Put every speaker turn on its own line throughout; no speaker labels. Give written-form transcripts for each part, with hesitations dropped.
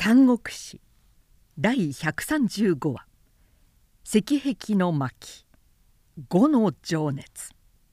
三国志第135話石壁の巻呉の情熱。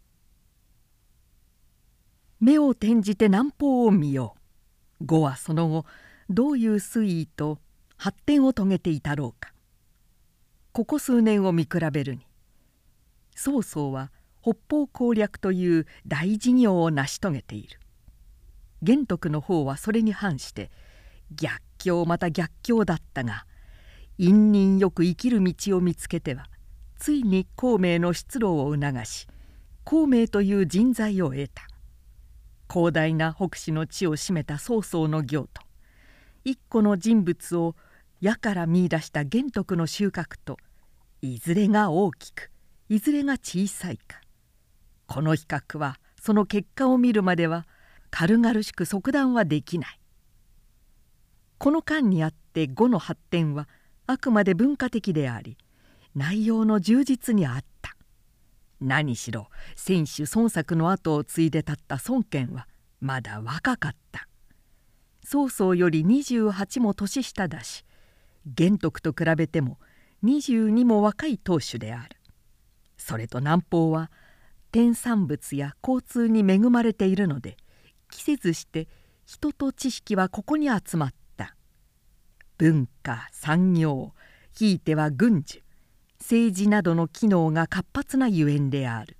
目を転じて南方を見よう。呉はその後どういう推移と発展を遂げていたろうか。ここ数年を見比べるに曹操は北方攻略という大事業を成し遂げている。玄徳の方はそれに反して逆境また逆境だったが、因縁よく生きる道を見つけてはついに孔明の出路を促し、孔明という人材を得た。広大な北市の地を占めた曹操の業と一個の人物を矢から見出した玄徳の収穫と、いずれが大きくいずれが小さいか、この比較はその結果を見るまでは軽々しく即断はできない。この間にあって呉の発展はあくまで文化的であり、内容の充実にあった。何しろ先主孫作の後を継いで立った孫権はまだ若かった。曹操より28も年下だし、玄徳と比べても22も若い当主である。それと南方は天産物や交通に恵まれているので、期せずして人と知識はここに集まった。文化産業ひいては軍需政治などの機能が活発なゆえんである。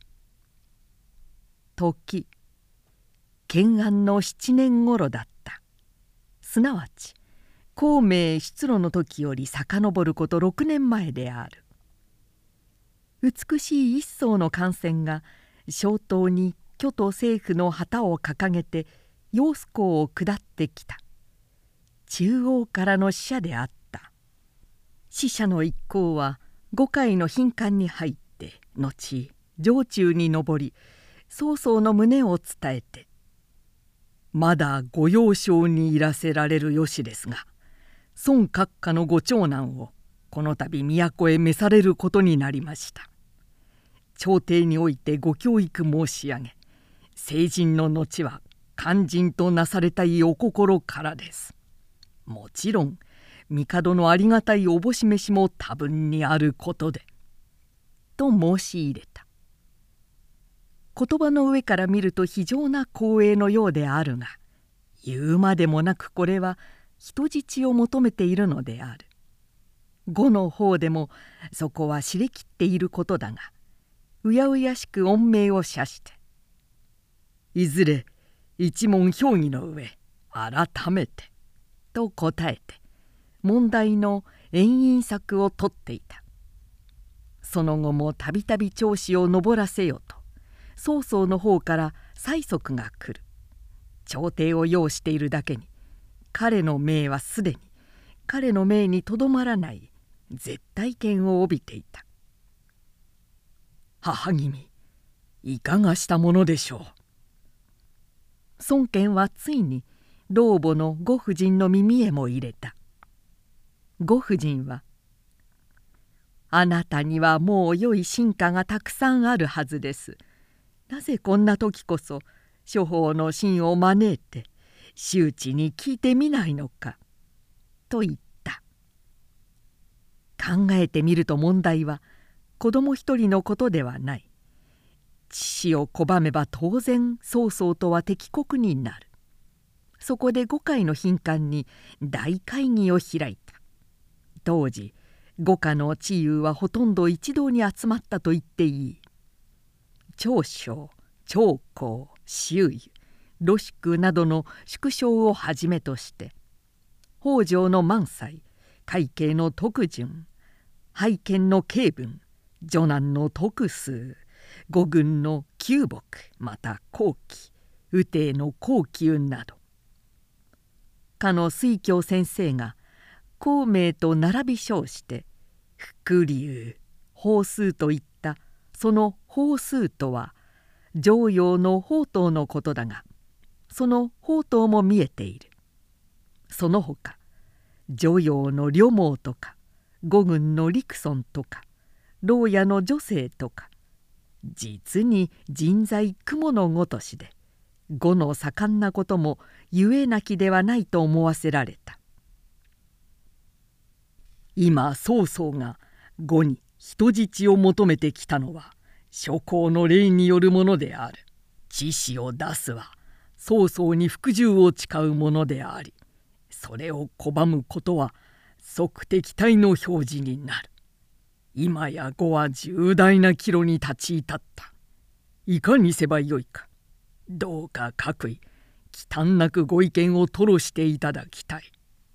時建安の7年頃だった。すなわち孔明出路の時より遡ること6年前である。美しい一艘の艦船が小島に巨と政府の旗を掲げて揚子江を下ってきた。中央からの使者であった。使者の一行は五海の賓館に入って後城中に上り、曹操の旨を伝えて「まだ御用商にいらせられる由ですが、孫閣下のご長男をこの度都へ召されることになりました。朝廷においてご教育申し上げ、成人の後は肝心となされたいお心からです。もちろん帝のありがたいおぼし飯も多分にあることで」と申し入れた。言葉の上から見ると非常な光栄のようであるが、言うまでもなくこれは人質を求めているのである。呉の方でもそこは知れきっていることだが、うやうやしく恩命を謝して「いずれ一問評議の上改めて」と答えて問題の援引策を取っていた。その後もたびたび調子を上らせよと曹操の方から催促が来る。朝廷を擁しているだけに彼の命はすでに彼の命にとどまらない絶対権を帯びていた。母君いかがしたものでしょう。孫権はついに老母の呉夫人の耳へも入れた。呉夫人は「あなたにはもう良い臣下がたくさんあるはずです。なぜこんな時こそ諸方の臣を招いて周知に聞いてみないのか」と言った。考えてみると問題は子供一人のことではない。父を拒めば当然曹操とは敵国になる。そこで五海の賓館に大会議を開いた。当時五家の知友はほとんど一堂に集まったと言っていい。長将長江周囲露宿などの縮小をはじめとして、北条の萬斎海警の徳順拝見の慶文女難の徳数五軍の九木また後期右帝の後宮など、かの水教先生が孔明と並び称して伏龍法数といったその法数とは常陽の宝刀のことだが、その宝刀も見えている。その他常陽の呂蒙とか五軍の陸孫とか牢屋の女性とか、実に人材雲のごとしで呉の盛んなこともゆえなきではないと思わせられた。 今曹操が呉に人質を求めてきたのは諸侯の礼によるものである。知識を出すは曹操に服従を誓うものであり、それを拒むことは即敵対の表示になる。今や呉は重大な岐路に立ち至った。いかにせばよいか。どうか各位忌憚なくご意見を吐露していただきたい。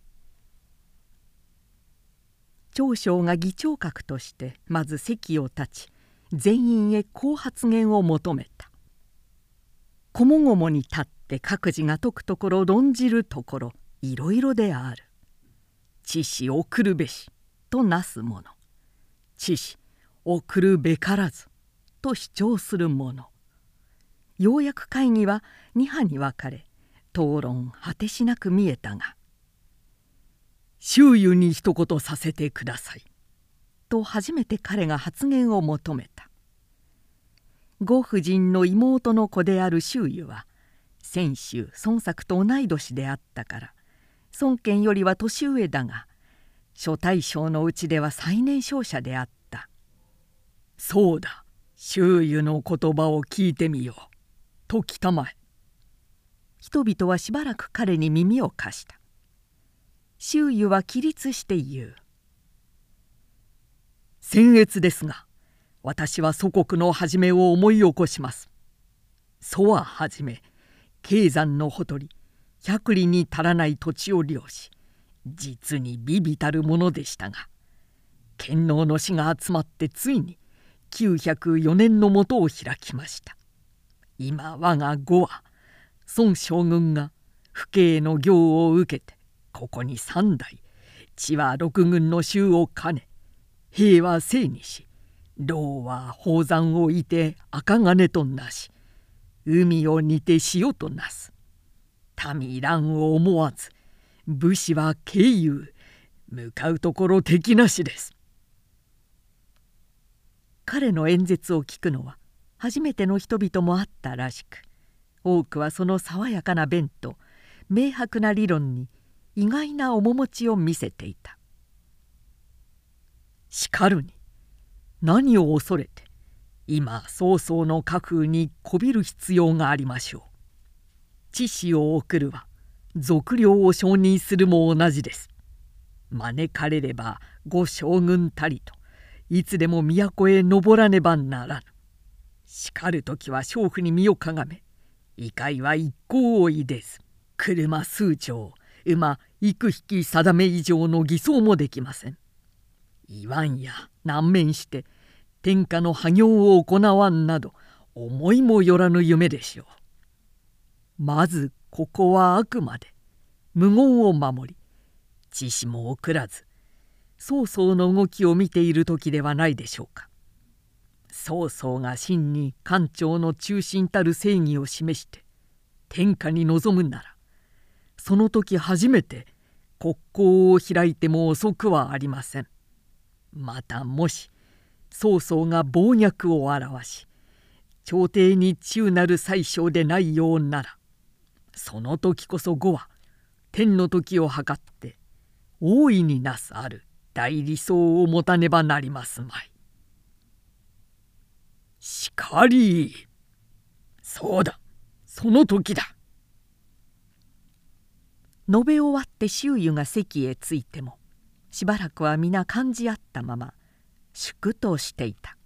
長将が議長格としてまず席を立ち、全員へこう発言を求めた。こもごもに立って各自が説くところ論じるところいろいろである。知識送るべしとなすもの、知識送るべからずと主張するもの。ようやく会議は2派に分かれ、討論果てしなく見えたが、周囲に一言させてくださいと初めて彼が発言を求めた。呉夫人の妹の子である周囲は先週孫作と同い年であったから孫権よりは年上だが、諸大将のうちでは最年少者であった。そうだ、周囲の言葉を聞いてみようときたまえ。人々はしばらく彼に耳を貸した。周囲は起立して言う。僭越ですが、私は祖国の始めを思い起こします。祖ははじめ経山のほとり100里に足らない土地を領し、実に微々たるものでしたが、剣能の士が集まってついに904年の元を開きました。今我が呉は孫将軍が父兄の行を受けて、ここに3代地は6軍の衆を兼ね、兵は正にし、労は宝山をいて赤金となし、海を似て潮となす。民乱を思わず、武士は敬勇、向かうところ敵なしです。彼の演説を聞くのは初めての人々もあったらしく、多くはその爽やかな弁と明白な理論に意外な面持ちを見せていた。しかるに何を恐れて今曹操の家風にこびる必要がありましょう。知識を送るは賊領を承認するも同じです。招かれれば呉将軍たりといつでも都へ登らねばならぬ。しかる時は娼婦に身をかがめ、異界は一向をいでず、車数丁馬幾匹定め以上の偽装もできません。言わんや難免して天下の破行を行わんなど思いもよらぬ夢でしょう。まずここはあくまで無言を守り、知識も送らず、曹操の動きを見ている時ではないでしょうか。曹操が真に官庁の中心たる正義を示して天下に臨むなら、その時初めて国交を開いても遅くはありません。またもし曹操が暴虐を表し、朝廷に忠なる宰相でないようなら、その時こそ呉は天の時を計って大いになすある大理想を持たねばなりますまい。しかり、そうだ、その時だ。述べ終わって周囲が席へ着いても、しばらくは皆感じ合ったまま粛としていた。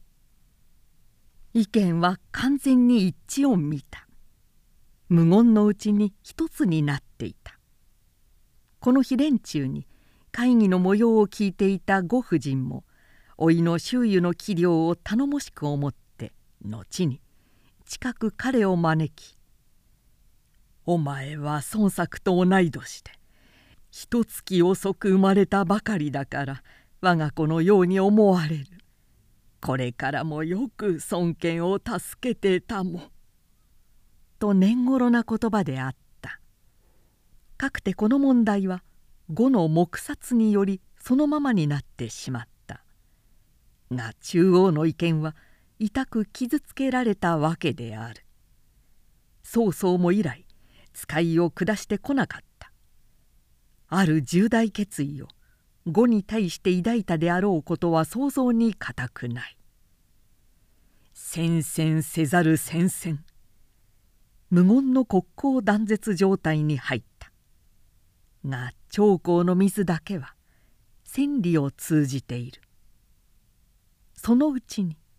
意見は完全に一致を見た。無言のうちに一つになっていた。この日連中に会議の模様を聞いていた呉夫人も甥の周囲の器量を頼もしく思って、後に近く彼を招き、お前は孫作と同い年で一月遅く生まれたばかりだから我が子のように思われる。これからもよく孫権を助けてたも」と年頃な言葉であった。かくてこの問題は呉の黙殺によりそのままになってしまった。が中央の意見は痛く傷つけられたわけである。曹操も以来使いを下してこなかった。ある重大決意を呉に対して抱いたであろうことは想像に難くない。戦々せざる戦々、無言の国交断絶状態に入った。が長江の水だけは千里を通じている。そのうちに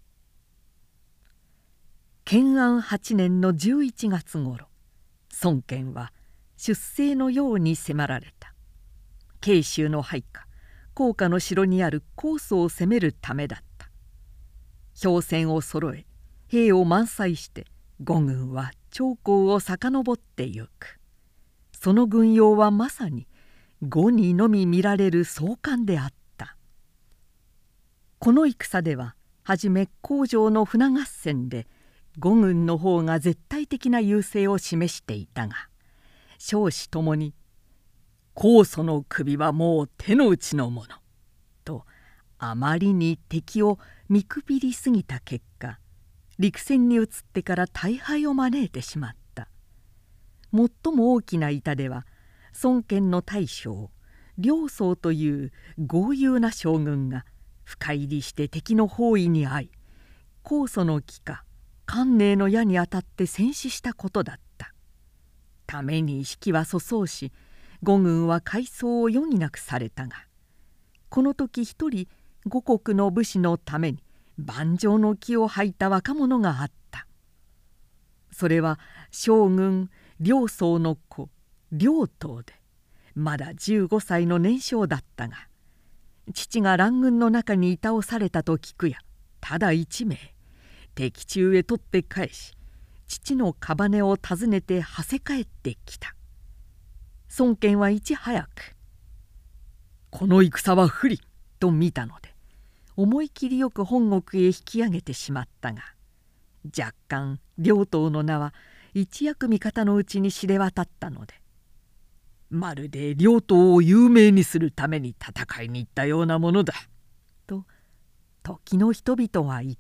建安8年の11月ごろ、孫権は出征のように迫られた。慶州の配下甲賀の城にある高祖を攻めるためだった。兵船を揃え兵を満載して呉軍は長江を遡ってゆく。その軍容はまさに呉にのみ見られる壮観であった。この戦でははじめ北条の船合戦で呉軍の方が絶対的な優勢を示していたが、将士ともに「高祖の首はもう手の内のもの」とあまりに敵を見くびりすぎた結果、陸戦に移ってから大敗を招いてしまった。最も大きな痛手は孫権の大将梁宗という豪勇な将軍が深入りして敵の包囲に遭い、高祖の帰化関寧の矢に当たって戦死したことだった。ために士気は粗相し、呉軍は改装を余儀なくされたが、この時一人五国の武士のために盤上の気を吐いた若者があった。それは将軍梁宗の子梁東で、まだ15歳の年少だったが、父が乱軍の中にい倒されたと聞くや、ただ一名敵中へ取って返し、父の屍を訪ねてはせ帰ってきた。孫権はいち早く「この戦は不利」と見たので、思い切りよく本国へ引き上げてしまったが、若干両党の名は一躍味方のうちに知れ渡ったので、まるで両党を有名にするために戦いに行ったようなものだと時の人々は言った。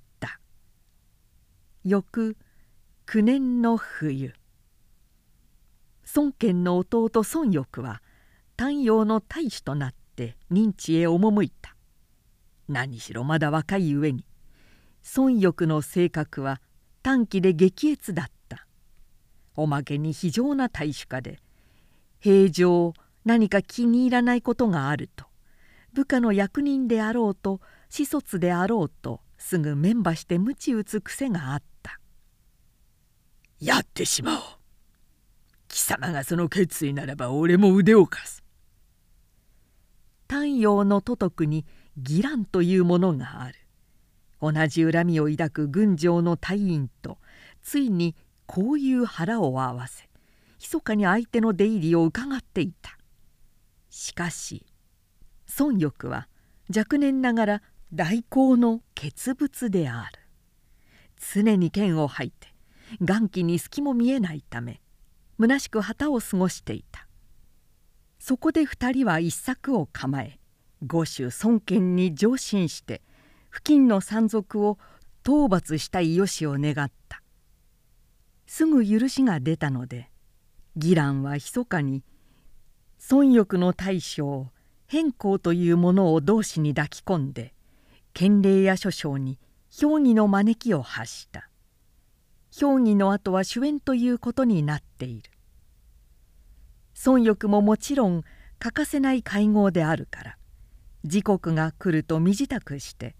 翌9年の冬、孫権の弟孫翼は丹陽の大使となって任地へ赴いた。何しろまだ若い上に孫翼の性格は短気で激烈だった。おまけに非常な大主家で、平常何か気に入らないことがあると、部下の役人であろうと子卒であろうとすぐ面ばして鞭打つ癖があった。やってしまおう。貴様がその決意ならば俺も腕を貸す。丹陽の都督に義蘭というものがある。同じ恨みを抱く軍城の隊員とついにこういう腹を合わせ、密かに相手の出入りをうかがっていた。しかし孫翼は若年ながら大公の傑物である。常に剣を吐いて眼気に隙も見えないため、虚しく旗を過ごしていた。そこで2人は一策を構え、呉州孫権に上申して付近の山賊を討伐したいよしを願った。すぐ許しが出たので、義蘭は密かに孫翼の大将偏公というものを同志に抱き込んで、建礼や諸将に評議の招きを発した。評議の後は主演ということになっている。孫翼ももちろん欠かせない会合であるから、時刻が来ると身支度して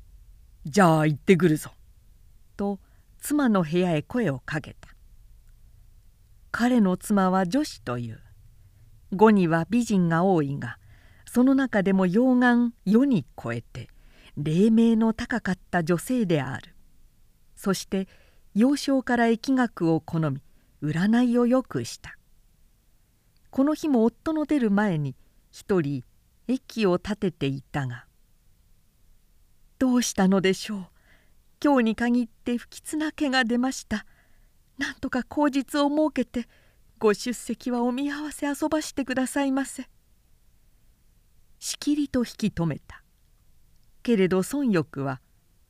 「じゃあ行ってくるぞ」と妻の部屋へ声をかけた。彼の妻は女子という。呉には美人が多いが、その中でも妖艶世に超えて黎明の高かった女性である。そして幼少から易学を好み、占いをよくした。この日も夫の出る前に一人駅を立てていたが、どうしたのでしょう。今日に限って不吉な気が出ました。なんとか口実を設けてご出席はお見合わせ遊ばしてくださいませ。しきりと引き止めた。けれど孫翼は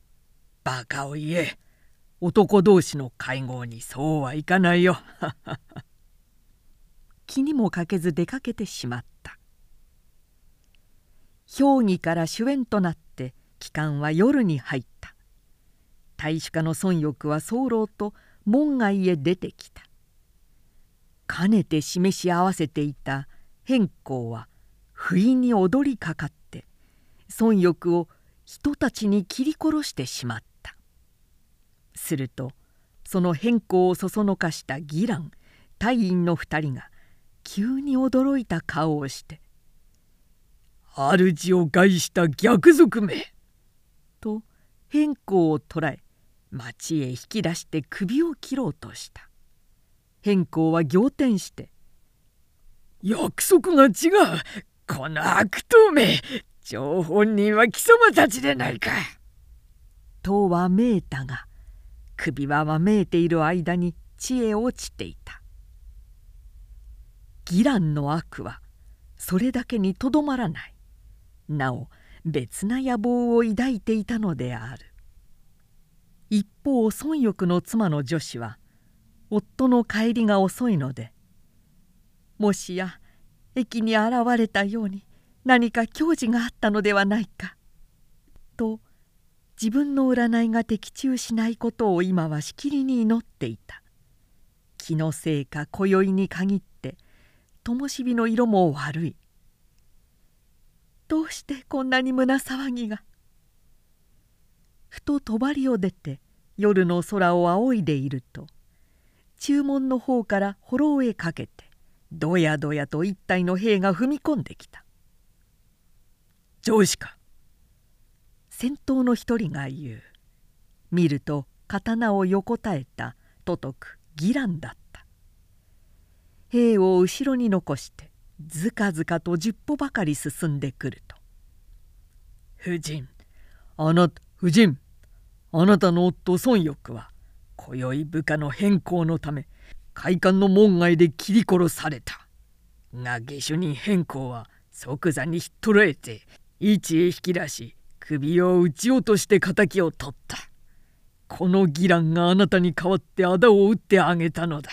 「バカを言え。男同士の会合にそうはいかないよ」気にもかけず出かけてしまった。 評議から主演となって帰還は夜に入った。大主家の孫欲は早漏と門外へ出てきた。かねて示し合わせていた偏公は不意に踊りかかって孫欲を人たちに切り殺してしまった。するとその偏公をそそのかした義蘭大院の2人が急に驚いた顔をして「主を害した逆賊め!」と偏公を捕らえ町へ引き出して首を切ろうとした。偏公は仰天して「約束が違う、この悪党め、張本人は貴様たちでないか」とわめいたが、首はわめいている間に地へ落ちていた。義蘭の悪はそれだけにとどまらない。なお別な野望を抱いていたのである。一方孫欲の妻の女子は夫の帰りが遅いので「もしや駅に現れたように何か凶事があったのではないか」と自分の占いが的中しないことを今はしきりに祈っていた。気のせいか今宵に限って灯火の色も悪い。どうしてこんなに胸騒ぎが。ふと帳を出て夜の空を仰いでいると中門の方から歩廊へかけてどやどやと一体の兵が踏み込んできた。上司か。先頭の一人が言う。見ると刀を横たえた都督義蘭だった。兵を後ろに残してずかずかと10歩ばかり進んでくると「夫人、あなたの夫孫欲は今宵部下の偏公のため会館の門外で切り殺された。が下手人偏公は即座に引っ捕らえて市へ引き出し首を撃ち落として敵を取った。この義蘭があなたに代わって仇を討ってあげたのだ。」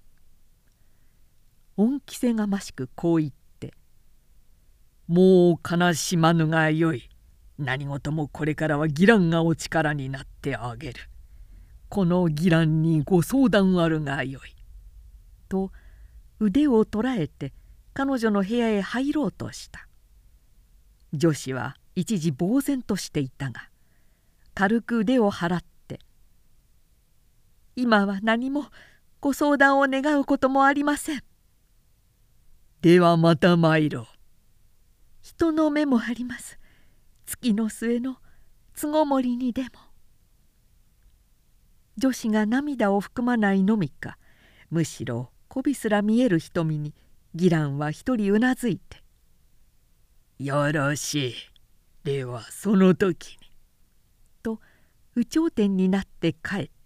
恩着せがましくこう言って「もう悲しまぬがよい。何事もこれからは義蘭がお力になってあげる。この義蘭にご相談あるがよい」と腕を捉えて彼女の部屋へ入ろうとした。女子は一時呆然としていたが軽く腕を払って「今は何もご相談を願うこともありません。ではまた参ろう。人の目もあります。月の末のつごもりにでも」。女子が涙を含まないのみかむしろこびすら見える瞳に義蘭は一人うなずいて「よろしい。ではその時に」と有頂天になって帰った。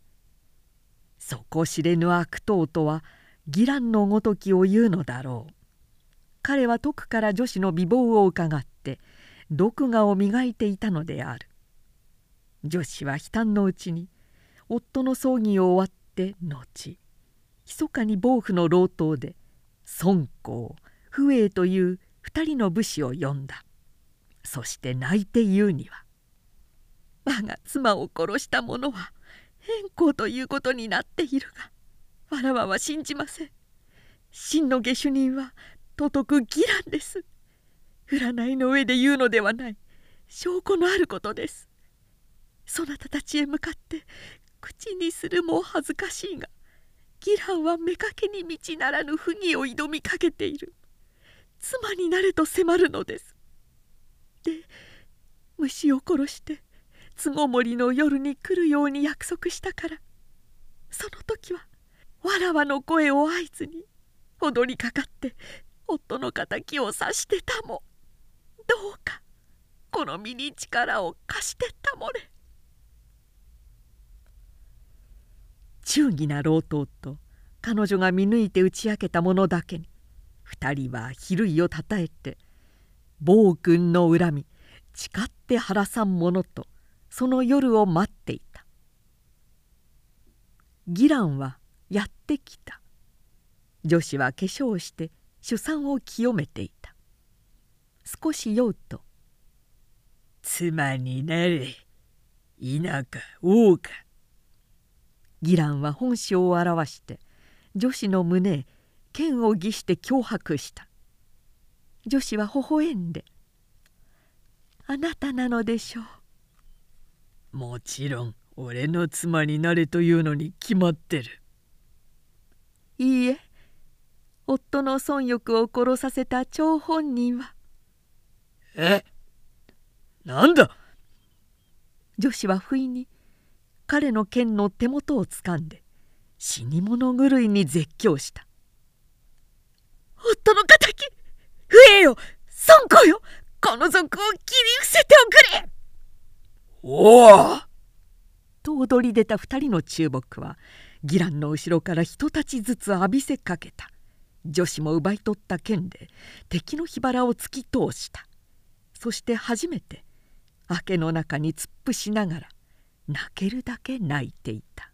底知れぬ悪党とは義蘭のごときを言うのだろう。彼は徳から女子の美貌をうかがって毒牙を磨いていたのである。女子は悲嘆のうちに夫の葬儀を終わって後密かに防府の老頭で孫公不衛という2人の武士を呼んだ。そして泣いて言うには「我が妻を殺した者は偏公ということになっているがわらわは信じません。真の下手人は都督義蘭です。占いの上で言うのではない証拠のあることです。そなたたちへ向かって口にするも恥ずかしいが義蘭は妾に道ならぬ不義を挑みかけている。妻になれと迫るのです。で虫を殺してつごもりの夜に来るように約束したからその時はわらわの声を合図に踊りかかって夫の敵を刺してたも。どうかこの身に力を貸してたもれ。」忠義な老頭と彼女が見抜いて打ち明けたものだけに2人は比類をたたえて暴君の恨み誓って晴らさんものとその夜を待っていた。義蘭はやってきた。女子は化粧をして主産を清めていた。 少し酔うと
「妻になれ田舎王か」。
義蘭は本性を表して女子の胸へ剣を擬して脅迫した。女子は微笑んで「あなたなのでしょう」。
もちろん俺の妻になれというのに決まってる。
いいえ、夫の孫欲を殺させた張本人は。
なんだ。
女子は不意に彼の剣の手元をつかんで死に物狂いに絶叫した。夫の敵、不栄よ、孫子よ、この賊を切り伏せておくれ。
おお
と踊り出た2人の中木は義蘭の後ろから一太刀ずつ浴びせかけた。女子も奪い取った剣で敵の火腹を突き通した。そして初めて明けの中に突っ伏しながら泣けるだけ泣いていた。